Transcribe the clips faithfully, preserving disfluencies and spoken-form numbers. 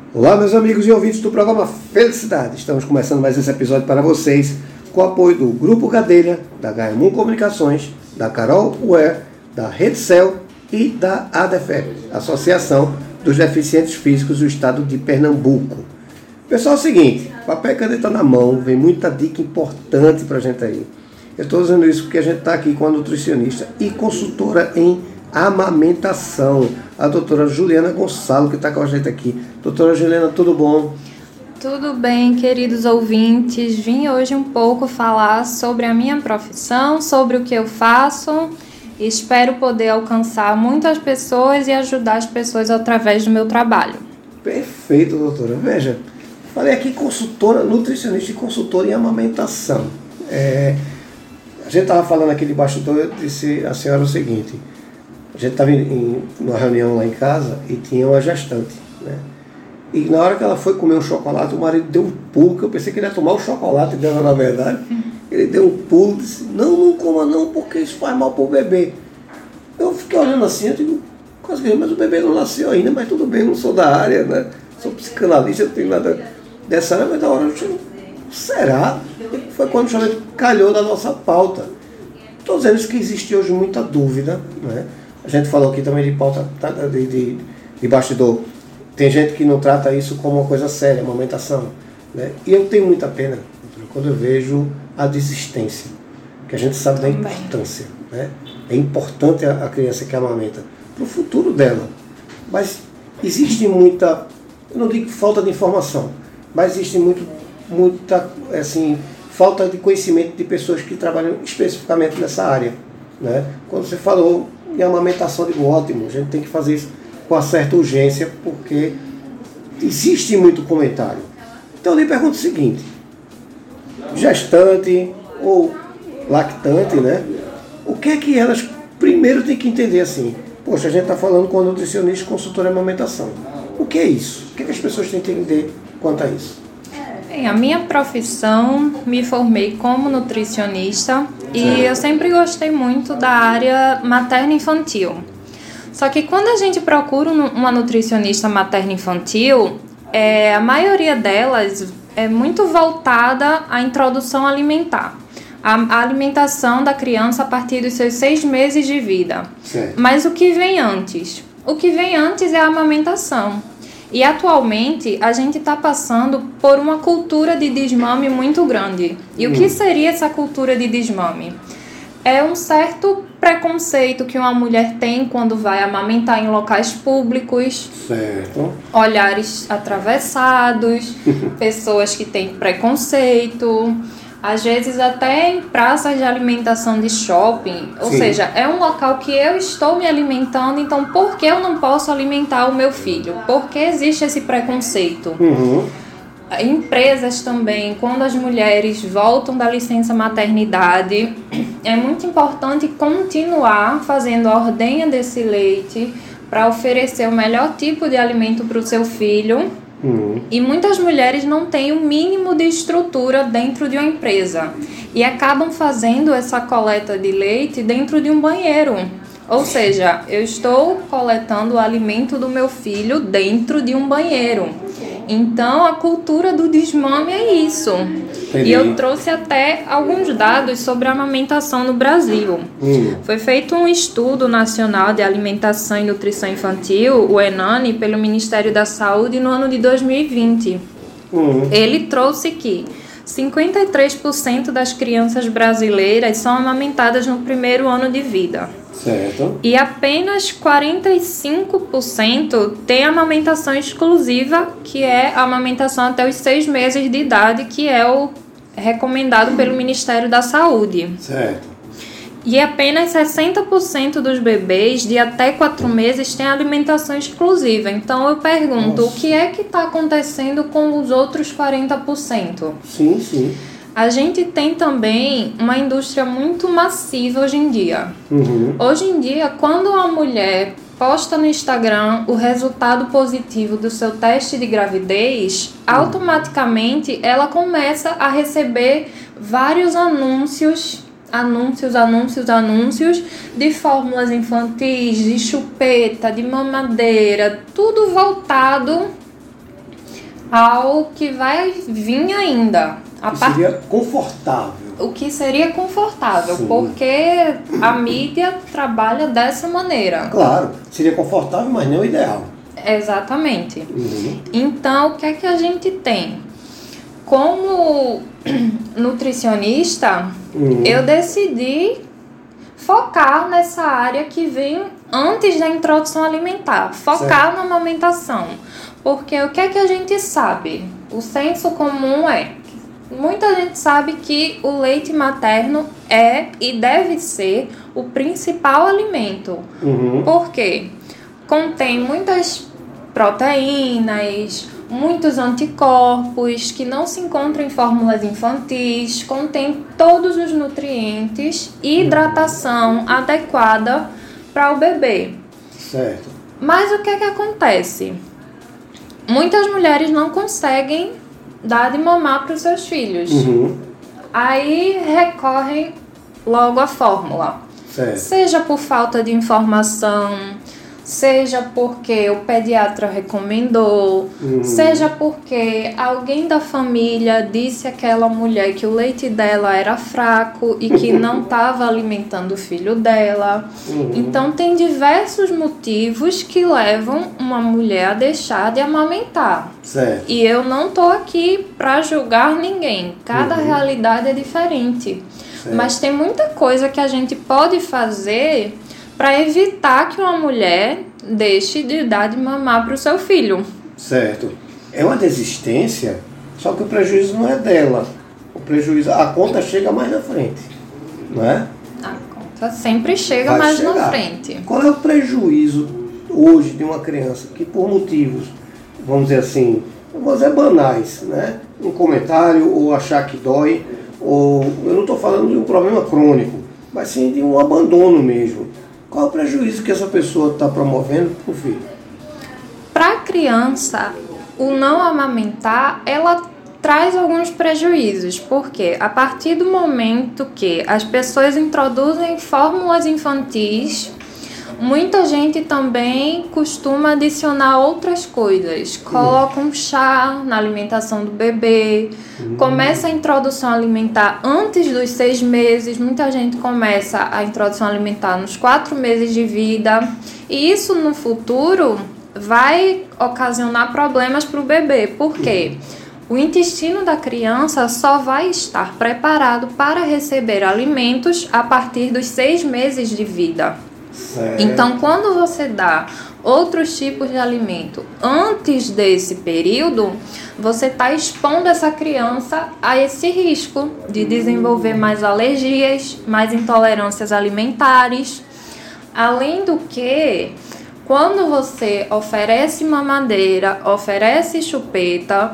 Olá, meus amigos e ouvintes do programa Felicidade. Estamos começando mais esse episódio para vocês com o apoio do Grupo Gadelha, da H M um Comunicações, da Carol Ué, da Redcel e da ADEFE, Associação dos Deficientes Físicos do Estado de Pernambuco. Pessoal, é o seguinte, papel e caneta na mão, vem muita dica importante para a gente aí. Eu estou usando isso porque a gente está aqui com a nutricionista e consultora em amamentação, a doutora Juliana Gonçalo, que está com a gente aqui. Doutora Juliana, tudo bom? Tudo bem, queridos ouvintes. Vim hoje um pouco falar sobre a minha profissão, sobre o que eu faço. Espero poder alcançar muitas pessoas e ajudar as pessoas através do meu trabalho. Perfeito, doutora. Veja, falei aqui consultora, nutricionista e consultora em amamentação. É, a gente estava falando aqui de bastidor, eu disse a senhora o seguinte: a gente estava em uma reunião lá em casa e tinha uma gestante, né? E na hora que ela foi comer um chocolate, o marido deu um pulo, que eu pensei que ele ia tomar o chocolate dela, na verdade. Ele deu um pulo e disse: não, não coma não, porque isso faz mal para o bebê. Eu fiquei olhando assim, eu digo, quase que, mas o bebê não nasceu ainda, mas tudo bem, não sou da área, né? Sou psicanalista, não tenho nada dessa área, mas da hora eu disse, será? E foi quando o calhou da nossa pauta. Estou dizendo isso que existe hoje muita dúvida, né? A gente falou aqui também de pauta de, de, de bastidor. Tem gente que não trata isso como uma coisa séria, amamentação, né? E eu tenho muita pena quando eu vejo a desistência, que a gente sabe também da importância, né? É importante a, a criança que amamenta para o futuro dela. Mas existe muita, eu não digo falta de informação, mas existe muito, muita assim, falta de conhecimento de pessoas que trabalham especificamente nessa área, né? Quando você falou em amamentação, eu digo, ótimo, a gente tem que fazer isso com uma certa urgência, porque existe muito comentário. Então eu lhe pergunto o seguinte: gestante ou lactante, né? O que é que elas primeiro têm que entender assim? Poxa, a gente está falando com a nutricionista e consultora em amamentação. O que é isso? O que é que as pessoas têm que entender quanto a isso? Bem, a minha profissão, me formei como nutricionista e eu sempre gostei muito da área materno-infantil. Só que quando a gente procura uma nutricionista materno-infantil, é, a maioria delas é muito voltada à introdução alimentar. A, a alimentação da criança a partir dos seus seis meses de vida. Certo. Mas o que vem antes? O que vem antes é a amamentação. E atualmente a gente está passando por uma cultura de desmame muito grande. E hum. o que seria essa cultura de desmame? É um certo preconceito que uma mulher tem quando vai amamentar em locais públicos. Certo. Olhares atravessados, pessoas que têm preconceito, às vezes até em praças de alimentação de shopping. Ou Sim. seja, é um local que eu estou me alimentando, então por que eu não posso alimentar o meu filho? Por que existe esse preconceito? Uhum. Empresas também, quando as mulheres voltam da licença maternidade, é muito importante continuar fazendo a ordenha desse leite para oferecer o melhor tipo de alimento para o seu filho. Uhum. E muitas mulheres não têm o mínimo de estrutura dentro de uma empresa e acabam fazendo essa coleta de leite dentro de um banheiro. Ou seja, eu estou coletando o alimento do meu filho dentro de um banheiro. Então, a cultura do desmame é isso. Entendi. E eu trouxe até alguns dados sobre a amamentação no Brasil. Hum. Foi feito um estudo nacional de alimentação e nutrição infantil, o ENANI, pelo Ministério da Saúde no ano de dois mil e vinte. Hum. Ele trouxe que cinquenta e três por cento das crianças brasileiras são amamentadas no primeiro ano de vida. Certo. E apenas quarenta e cinco por cento tem amamentação exclusiva, que é a amamentação até os seis meses de idade, que é o recomendado pelo Ministério da Saúde. Certo. E apenas sessenta por cento dos bebês de até quatro meses têm alimentação exclusiva. Então eu pergunto, Nossa. o que é que está acontecendo com os outros quarenta por cento? Sim, sim. A gente tem também uma indústria muito massiva hoje em dia. Uhum. Hoje em dia, quando uma mulher posta no Instagram o resultado positivo do seu teste de gravidez, uhum. automaticamente ela começa a receber vários anúncios, anúncios, anúncios, anúncios de fórmulas infantis, de chupeta, de mamadeira, tudo voltado ao que vai vir ainda. A Que par... seria confortável. O que seria confortável, Sim. porque a mídia trabalha dessa maneira. Claro, seria confortável, mas não ideal. Exatamente. Uhum. Então, o que é que a gente tem? Como nutricionista, Uhum. eu decidi focar nessa área que vem antes da introdução alimentar. Focar Certo. na amamentação. Porque o que é que a gente sabe? O senso comum é... Muita gente sabe que o leite materno é e deve ser o principal alimento. Uhum. Por quê? Contém muitas proteínas, muitos anticorpos que não se encontram em fórmulas infantis, contém todos os nutrientes e hidratação adequada para o bebê. Certo. Mas o que é que acontece? Muitas mulheres não conseguem dar de mamar para os seus filhos. Uhum. Aí recorrem logo à fórmula. Certo. Seja por falta de informação, seja porque o pediatra recomendou, Uhum. seja porque alguém da família disse àquela mulher que o leite dela era fraco e que não estava alimentando o filho dela. Uhum. Então tem diversos motivos que levam uma mulher a deixar de amamentar. Certo. E eu não tô aqui para julgar ninguém. Cada Uhum. realidade é diferente. Certo. Mas tem muita coisa que a gente pode fazer para evitar que uma mulher deixe de dar de mamar para o seu filho. Certo. É uma desistência, só que o prejuízo não é dela. O prejuízo, a conta chega mais na frente, não é? A conta sempre chega Vai mais chegar. na frente. Qual é o prejuízo hoje de uma criança que por motivos, vamos dizer assim, eu vou dizer banais, né? Um comentário ou achar que dói, ou eu não estou falando de um problema crônico, mas sim de um abandono mesmo. Qual é o prejuízo que essa pessoa está promovendo para o filho? Para a criança, o não amamentar, ela traz alguns prejuízos, porque a partir do momento que as pessoas introduzem fórmulas infantis, muita gente também costuma adicionar outras coisas. Coloca um chá na alimentação do bebê, uhum. começa a introdução alimentar antes dos seis meses. Muita gente começa a introdução alimentar nos quatro meses de vida. E isso no futuro vai ocasionar problemas para o bebê. Por quê? O intestino da criança só vai estar preparado para receber alimentos a partir dos seis meses de vida. Certo. Então, quando você dá outros tipos de alimento antes desse período, você está expondo essa criança a esse risco de desenvolver mais alergias, mais intolerâncias alimentares. Além do que, quando você oferece mamadeira, oferece chupeta,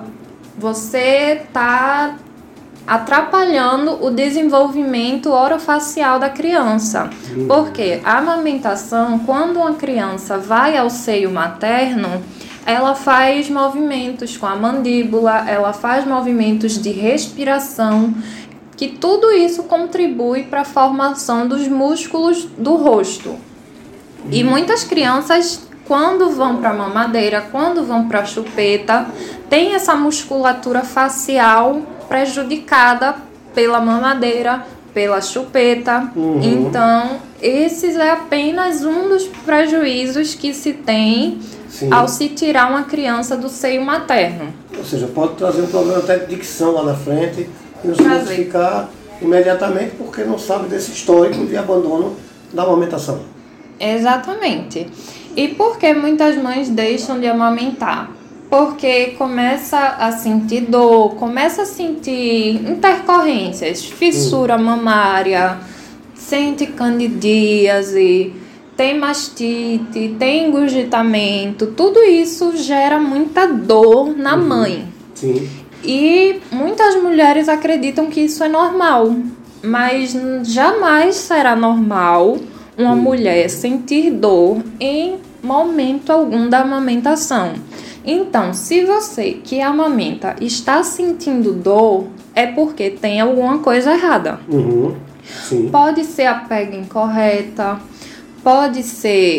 você está atrapalhando o desenvolvimento orofacial da criança. Uhum. Porque a amamentação, quando uma criança vai ao seio materno, ela faz movimentos com a mandíbula, ela faz movimentos de respiração, que tudo isso contribui para a formação dos músculos do rosto. Uhum. E muitas crianças, quando vão para a mamadeira, quando vão para a chupeta, tem essa musculatura facial prejudicada pela mamadeira, pela chupeta. Uhum. Então, esses é apenas um dos prejuízos que se tem Sim. ao se tirar uma criança do seio materno. Ou seja, pode trazer um problema até de dicção lá na frente e não se identificar imediatamente porque não sabe desse histórico de abandono da amamentação. Exatamente. E por que muitas mães deixam de amamentar? Porque começa a sentir dor, começa a sentir intercorrências, fissura mamária, sente candidíase, tem mastite, tem engurgitamento, tudo isso gera muita dor na uhum. mãe. Sim. E muitas mulheres acreditam que isso é normal, mas jamais será normal uma uhum. mulher sentir dor em momento algum da amamentação. Então, se você que amamenta está sentindo dor, é porque tem alguma coisa errada. Uhum. Sim. Pode ser a pega incorreta, pode ser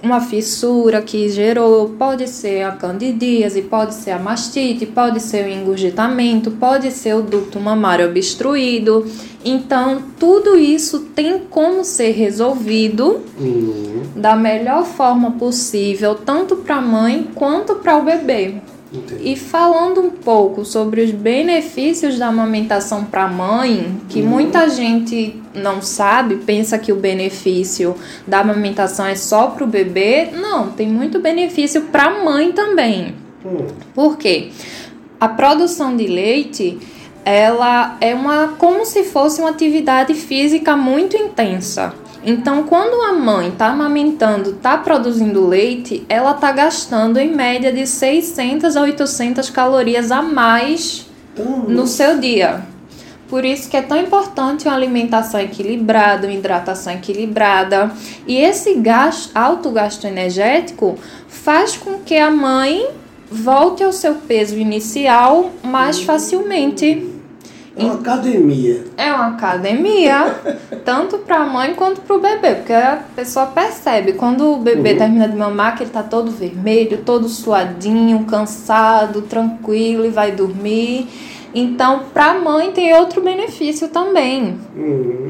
uma fissura que gerou, pode ser a candidíase, pode ser a mastite, pode ser o engurgitamento, pode ser o ducto mamário obstruído. Então, tudo isso tem como ser resolvido uhum. da melhor forma possível, tanto para a mãe quanto para o bebê. Entendi. E falando um pouco sobre os benefícios da amamentação para a mãe, que uhum. muita gente não sabe, pensa que o benefício da amamentação é só para o bebê. Não, tem muito benefício para a mãe também. Uhum. Por quê? A produção de leite, ela é uma, como se fosse uma atividade física muito intensa. Então, quando a mãe está amamentando, está produzindo leite, ela está gastando em média de seiscentas a oitocentas calorias a mais uhum. no seu dia. Por isso que é tão importante uma alimentação equilibrada, uma hidratação equilibrada. E esse gasto, alto gasto energético faz com que a mãe volte ao seu peso inicial mais facilmente. É uma academia. É uma academia, tanto para a mãe quanto para o bebê, porque a pessoa percebe, quando o bebê uhum. termina de mamar, que ele está todo vermelho, todo suadinho, cansado, tranquilo e vai dormir. Então, para a mãe tem outro benefício também. Uhum.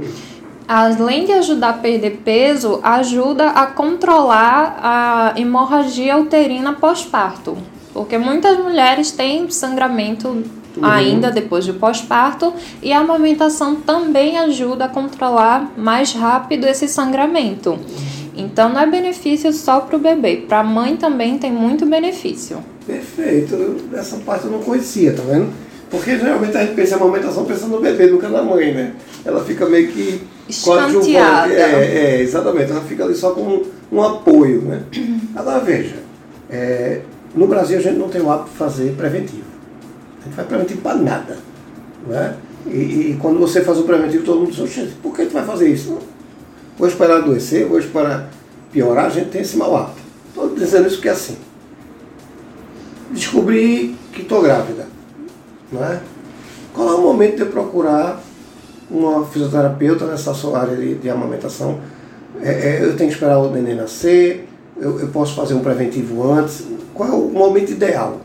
Além de ajudar a perder peso, ajuda a controlar a hemorragia uterina pós-parto, porque muitas mulheres têm sangramento Uhum. ainda depois do pós-parto, e a amamentação também ajuda a controlar mais rápido esse sangramento. Então não é benefício só para o bebê, para a mãe também tem muito benefício. Perfeito, essa parte eu não conhecia, tá vendo? Porque geralmente a gente pensa em amamentação pensando no bebê, nunca na mãe, né? Ela fica meio que escanteada. É, é, exatamente, ela fica ali só com um, um apoio, né? Agora veja, é, no Brasil a gente não tem o hábito de fazer preventivo. A gente faz preventivo para nada, né? E, e quando você faz o preventivo, todo mundo diz, por que tu vai fazer isso? Não? Vou esperar adoecer, vou esperar piorar, a gente tem esse mau hábito. Estou dizendo isso porque é assim. Descobri que estou grávida, não é? Qual é o momento de eu procurar uma fisioterapeuta nessa sua área de, de amamentação? É, é, eu tenho que esperar o neném nascer, eu, eu posso fazer um preventivo antes? Qual é o momento ideal?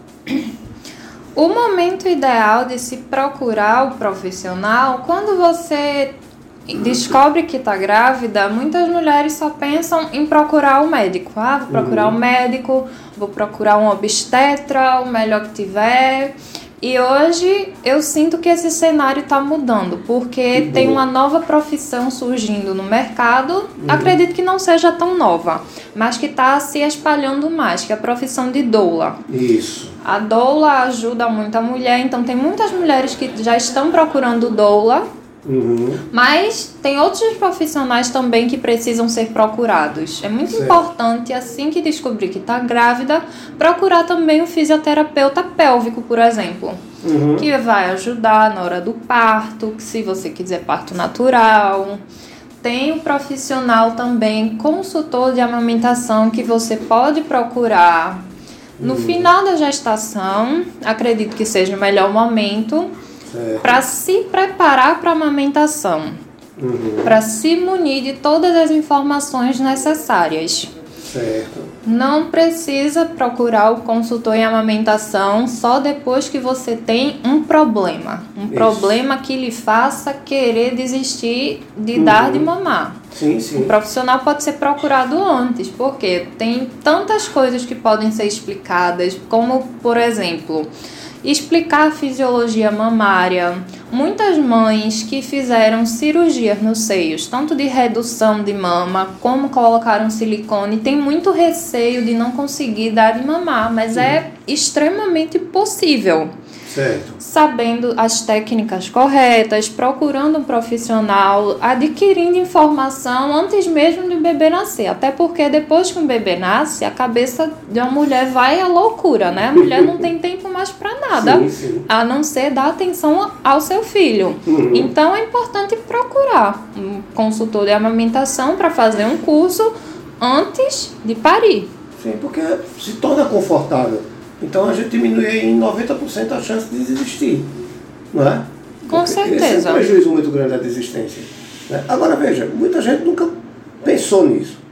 O momento ideal de se procurar o profissional, quando você descobre que está grávida, muitas mulheres só pensam em procurar o médico. Ah, vou procurar o uhum. médico, vou procurar um obstetra, o melhor que tiver. E hoje eu sinto que esse cenário está mudando, porque uhum. tem uma nova profissão surgindo no mercado, uhum. acredito que não seja tão nova, mas que está se espalhando mais, que é a profissão de doula. Isso. A doula ajuda muito a mulher, então tem muitas mulheres que já estão procurando doula, uhum. mas tem outros profissionais também que precisam ser procurados. É muito certo. Importante, assim que descobrir que está grávida, procurar também um fisioterapeuta pélvico, por exemplo, uhum. que vai ajudar na hora do parto, se você quiser parto natural. Tem um profissional também, consultor de amamentação, que você pode procurar no uhum. final da gestação. Acredito que seja o melhor momento para se preparar para a amamentação, uhum. para se munir de todas as informações necessárias. Certo. Não precisa procurar o consultor em amamentação só depois que você tem um problema. Um Isso. problema que lhe faça querer desistir de uhum. dar de mamar. Sim, sim. O profissional pode ser procurado antes, porque tem tantas coisas que podem ser explicadas, como, por exemplo, explicar a fisiologia mamária. Muitas mães que fizeram cirurgias nos seios, tanto de redução de mama, como colocaram silicone, têm muito receio de não conseguir dar de mamar, mas uhum. é extremamente possível. Certo. Sabendo as técnicas corretas, procurando um profissional, adquirindo informação antes mesmo do bebê nascer. Até porque depois que um bebê nasce, a cabeça de uma mulher vai à loucura, né? A mulher não tem tempo mais para nada, sim, sim. a não ser dar atenção ao seu filho. Uhum. Então é importante procurar um consultor de amamentação para fazer um curso antes de parir. Sim, porque se torna confortável. Então a gente diminui em noventa por cento a chance de desistir, não é? Com Porque certeza. Esse é um prejuízo muito grande da desistência, né? Agora veja, muita gente nunca pensou nisso.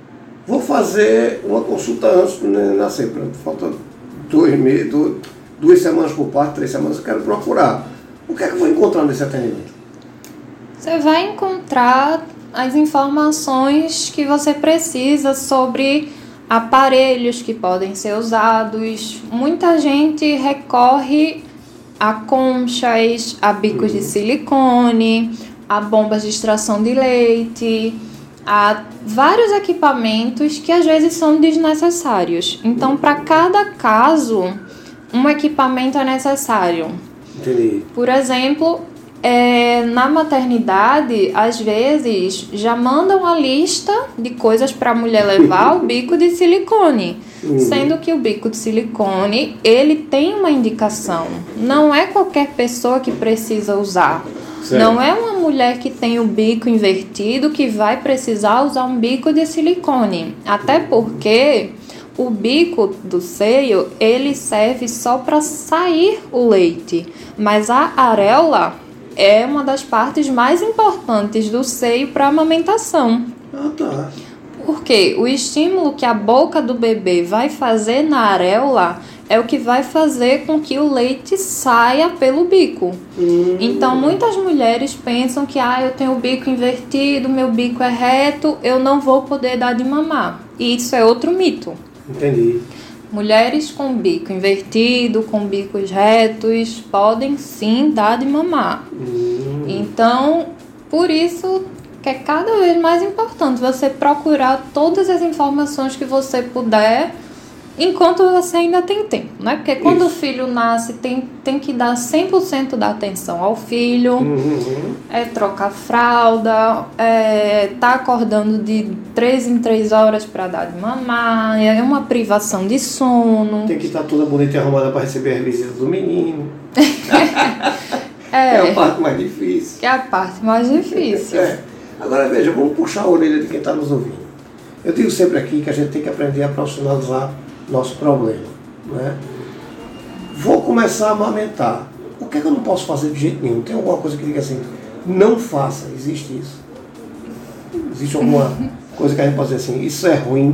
vou fazer uma consulta antes de nascer, falta dois meses, dois, duas semanas por parto, três semanas, eu quero procurar. O que é que eu vou encontrar nesse atendimento? Você vai encontrar as informações que você precisa sobre aparelhos que podem ser usados. Muita gente recorre a conchas, a bicos uhum. de silicone, a bombas de extração de leite, a vários equipamentos que às vezes são desnecessários. Então, para cada caso, um equipamento é necessário. Entendi. Por exemplo, é, na maternidade, às vezes, já mandam a lista de coisas para a mulher levar o bico de silicone. Uhum. Sendo que o bico de silicone, ele tem uma indicação. Não é qualquer pessoa que precisa usar. Certo. Não é uma mulher que tem o bico invertido que vai precisar usar um bico de silicone. Até porque o bico do seio, ele serve só para sair o leite. Mas a areola é uma das partes mais importantes do seio para a amamentação. Ah, tá. Porque o estímulo que a boca do bebê vai fazer na areola é o que vai fazer com que o leite saia pelo bico. Hum. Então, muitas mulheres pensam que ah, eu tenho o bico invertido, meu bico é reto, eu não vou poder dar de mamar. E isso é outro mito. Entendi. Mulheres com bico invertido, com bicos retos, podem sim dar de mamar. Hum. Então, por isso que é cada vez mais importante você procurar todas as informações que você puder enquanto você ainda tem tempo, né? Porque quando Isso. o filho nasce, tem, tem que dar cem por cento da atenção ao filho, uhum. é trocar fralda, é tá acordando de três em três horas para dar de mamar, é uma privação de sono. Tem que estar toda bonita e arrumada para receber as visitas do menino. é, é a parte mais difícil. É a parte mais difícil. É. Agora veja, vamos puxar a orelha de quem está nos ouvindo. Eu digo sempre aqui que a gente tem que aprender a profissionalizar nosso problema, né? Vou começar a amamentar. O que é que eu não posso fazer de jeito nenhum? Tem alguma coisa que diga assim, não faça, existe isso? Existe alguma coisa que a gente pode dizer assim, isso é ruim?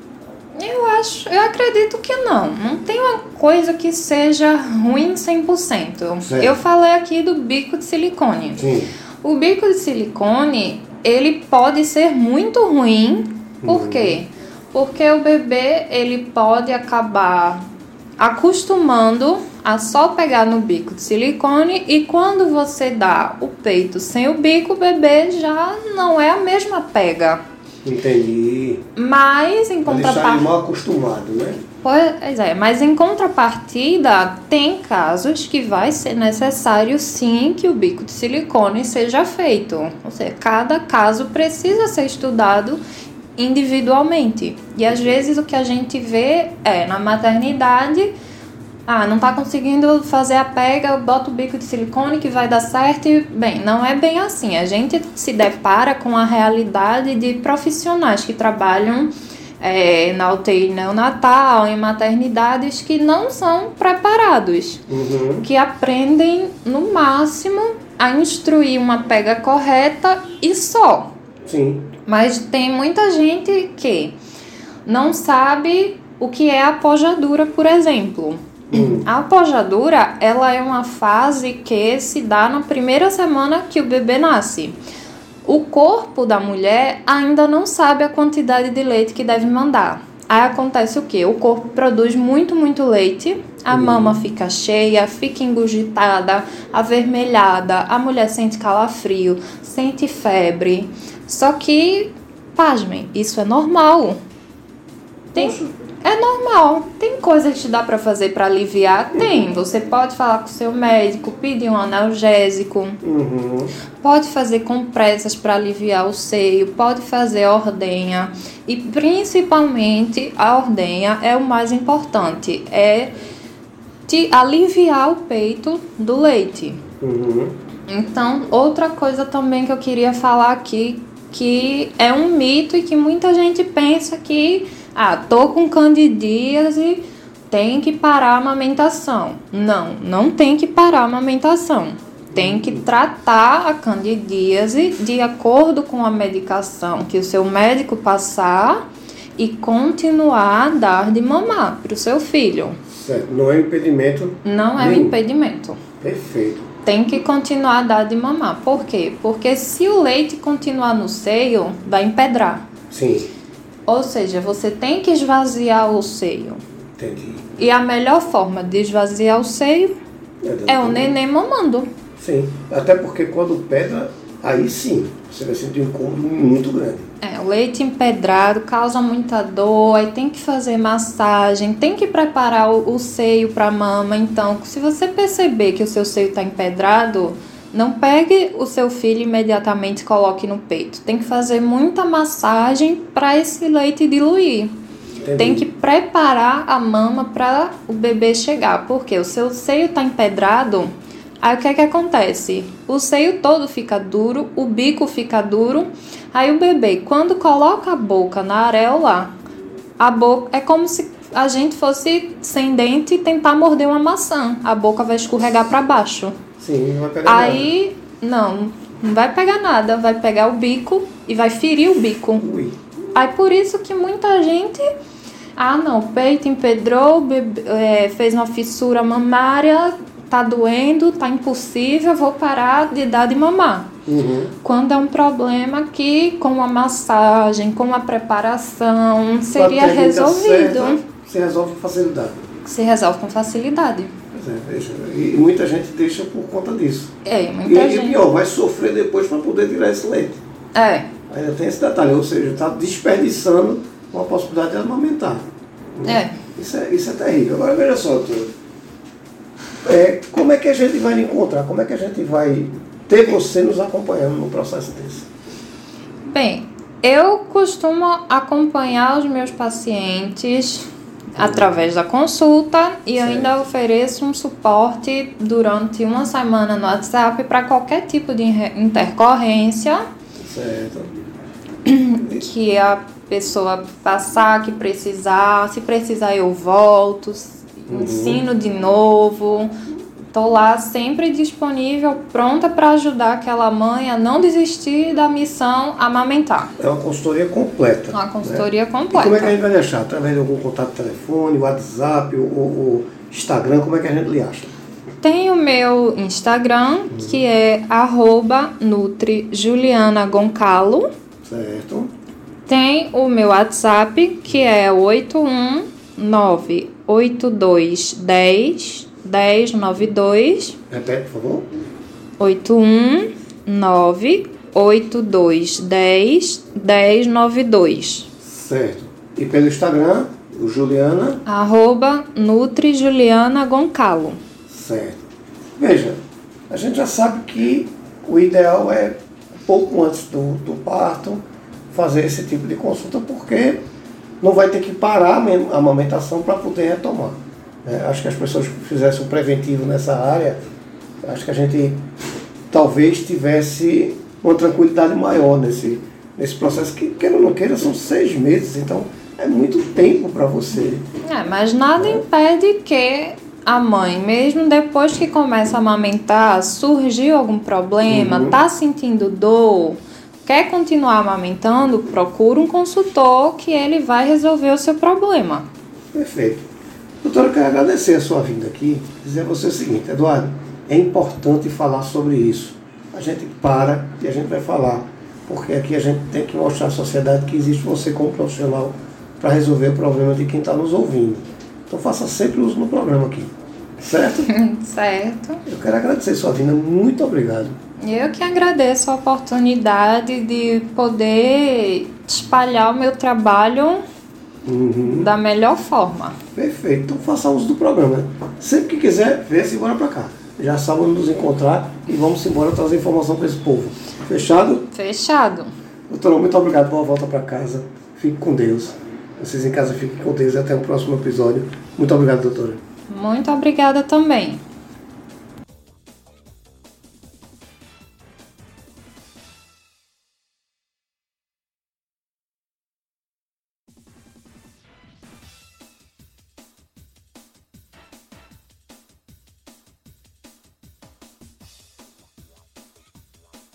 Eu acho, eu acredito que não. Não tem uma coisa que seja ruim cem por cento. Certo. Eu falei aqui do bico de silicone. Sim. O bico de silicone, ele pode ser muito ruim. Por hum. quê? Porque o bebê, ele pode acabar acostumando a só pegar no bico de silicone e quando você dá o peito sem o bico, o bebê já não é a mesma pega. Entendi. Mas em contrapartida... Ele mal acostumado, né? Pois é, mas em contrapartida, tem casos que vai ser necessário sim que o bico de silicone seja feito. Ou seja, cada caso precisa ser estudado individualmente. E às vezes o que a gente vê é na maternidade, ah, não tá conseguindo fazer a pega, bota o bico de silicone que vai dar certo. E, bem, não é bem assim. A gente se depara com a realidade de profissionais que trabalham é, na U T I neonatal, em maternidades que não são preparados, uhum. que aprendem no máximo a instruir uma pega correta e só. Sim. Mas tem muita gente que não sabe o que é a pojadura, por exemplo. Hum. A pojadura, ela é uma fase que se dá na primeira semana que o bebê nasce. O corpo da mulher ainda não sabe a quantidade de leite que deve mandar. Aí acontece o quê? O corpo produz muito, muito leite, a hum. mama fica cheia, fica engurgitada, avermelhada, a mulher sente calafrio, sente febre. Só que, pasmem, isso é normal. Tem, é normal. Tem coisas que dá pra fazer pra aliviar? Tem. Você pode falar com o seu médico, pedir um analgésico. Uhum. Pode fazer compressas pra aliviar o seio. Pode fazer ordenha. E principalmente a ordenha é o mais importante. É te aliviar o peito do leite. Uhum. Então, outra coisa também que eu queria falar aqui, que é um mito e que muita gente pensa que ah, tô com candidíase, tem que parar a amamentação. Não, não tem que parar a amamentação. Tem que tratar a candidíase de acordo com a medicação que o seu médico passar e continuar a dar de mamar para o seu filho. Certo, não é impedimento. Não é um impedimento. Perfeito. Tem que continuar a dar de mamar. Por quê? Porque se o leite continuar no seio, vai empedrar. Sim. Ou seja, você tem que esvaziar o seio. Entendi. E a melhor forma de esvaziar o seio é, é o neném mamando. Sim, até porque quando pedra, aí sim, você vai sentir um incômodo muito grande. É, o leite empedrado causa muita dor, aí tem que fazer massagem, tem que preparar o, o seio para a mama. Então, se você perceber que o seu seio está empedrado, não pegue o seu filho imediatamente e coloque no peito. Tem que fazer muita massagem para esse leite diluir. Entendi. Tem que preparar a mama para o bebê chegar, porque o seu seio está empedrado. Aí o que é que acontece? O seio todo fica duro, o bico fica duro. Aí o bebê, quando coloca a boca na areola, a boca é como se a gente fosse sem dente e tentar morder uma maçã. A boca vai escorregar para baixo. Sim, não vai pegar Aí, nada. não, não vai pegar nada. Vai pegar o bico e vai ferir o bico. Ui. Aí por isso que muita gente... Ah, não, o peito empedrou, bebê, é, fez uma fissura mamária... Tá doendo, tá impossível, vou parar de dar de mamar. Uhum. Quando é um problema que com a massagem, com a preparação, seria resolvido. Certa, se resolve com facilidade. Se resolve com facilidade. Pois é, veja, e muita gente deixa por conta disso. É, muita e, gente. E pior, vai sofrer depois para poder tirar esse leite. É. Ainda tem esse detalhe, ou seja, está desperdiçando uma possibilidade de amamentar. É. Isso é, isso é terrível. Agora veja só, doutora. É, como é que a gente vai lhe encontrar? Como é que a gente vai ter você nos acompanhando no processo desse? Bem, eu costumo acompanhar os meus pacientes através da consulta e certo. Ainda ofereço um suporte durante uma semana no WhatsApp para qualquer tipo de intercorrência. Certo. Que a pessoa passar, que precisar, se precisar eu volto. Uhum. Ensino de novo, tô lá sempre disponível, pronta para ajudar aquela mãe a não desistir da missão amamentar. É uma consultoria completa. Uma consultoria né? completa. E como é que a gente vai deixar? Através de algum contato de telefone, WhatsApp, ou, ou Instagram, como é que a gente lhe acha? Tem o meu Instagram, uhum. que é arroba Nutri Juliana Goncalo. Certo. Tem o meu WhatsApp, que é oito um nove oito dois um zero um zero nove dois. Repete, por favor. oito um nove oito dois um zero um zero nove dois. Certo. E pelo Instagram, o Juliana? Arroba Nutri Juliana Goncalo. Certo. Veja, a gente já sabe que o ideal é pouco antes do, do parto fazer esse tipo de consulta, porque não vai ter que parar a amamentação para poder retomar. É, acho que as pessoas que fizessem um preventivo nessa área, acho que a gente talvez tivesse uma tranquilidade maior nesse, nesse processo, que queira ou não queira, são seis meses, então é muito tempo para você. É, mas nada é. impede que a mãe, mesmo depois que começa a amamentar, surgiu algum problema, uhum. tá sentindo dor, quer continuar amamentando, procura um consultor que ele vai resolver o seu problema. Perfeito. Doutora, eu quero agradecer a sua vinda aqui, dizer a você o seguinte, Eduardo, é importante falar sobre isso. A gente para e a gente vai falar, porque aqui a gente tem que mostrar à sociedade que existe você como profissional para resolver o problema de quem está nos ouvindo. Então faça sempre uso no programa aqui, certo? Certo. Eu quero agradecer a sua vinda, muito obrigado. Eu que agradeço a oportunidade de poder espalhar o meu trabalho uhum. da melhor forma. Perfeito, então faça uso do programa. Sempre que quiser, venha-se embora para cá. Já sabe onde nos encontrar e vamos embora trazer informação para esse povo. Fechado? Fechado. Doutora, muito obrigado, boa volta para casa. Fique com Deus. Vocês em casa fiquem com Deus e até o próximo episódio. Muito obrigado, doutora. Muito obrigada também.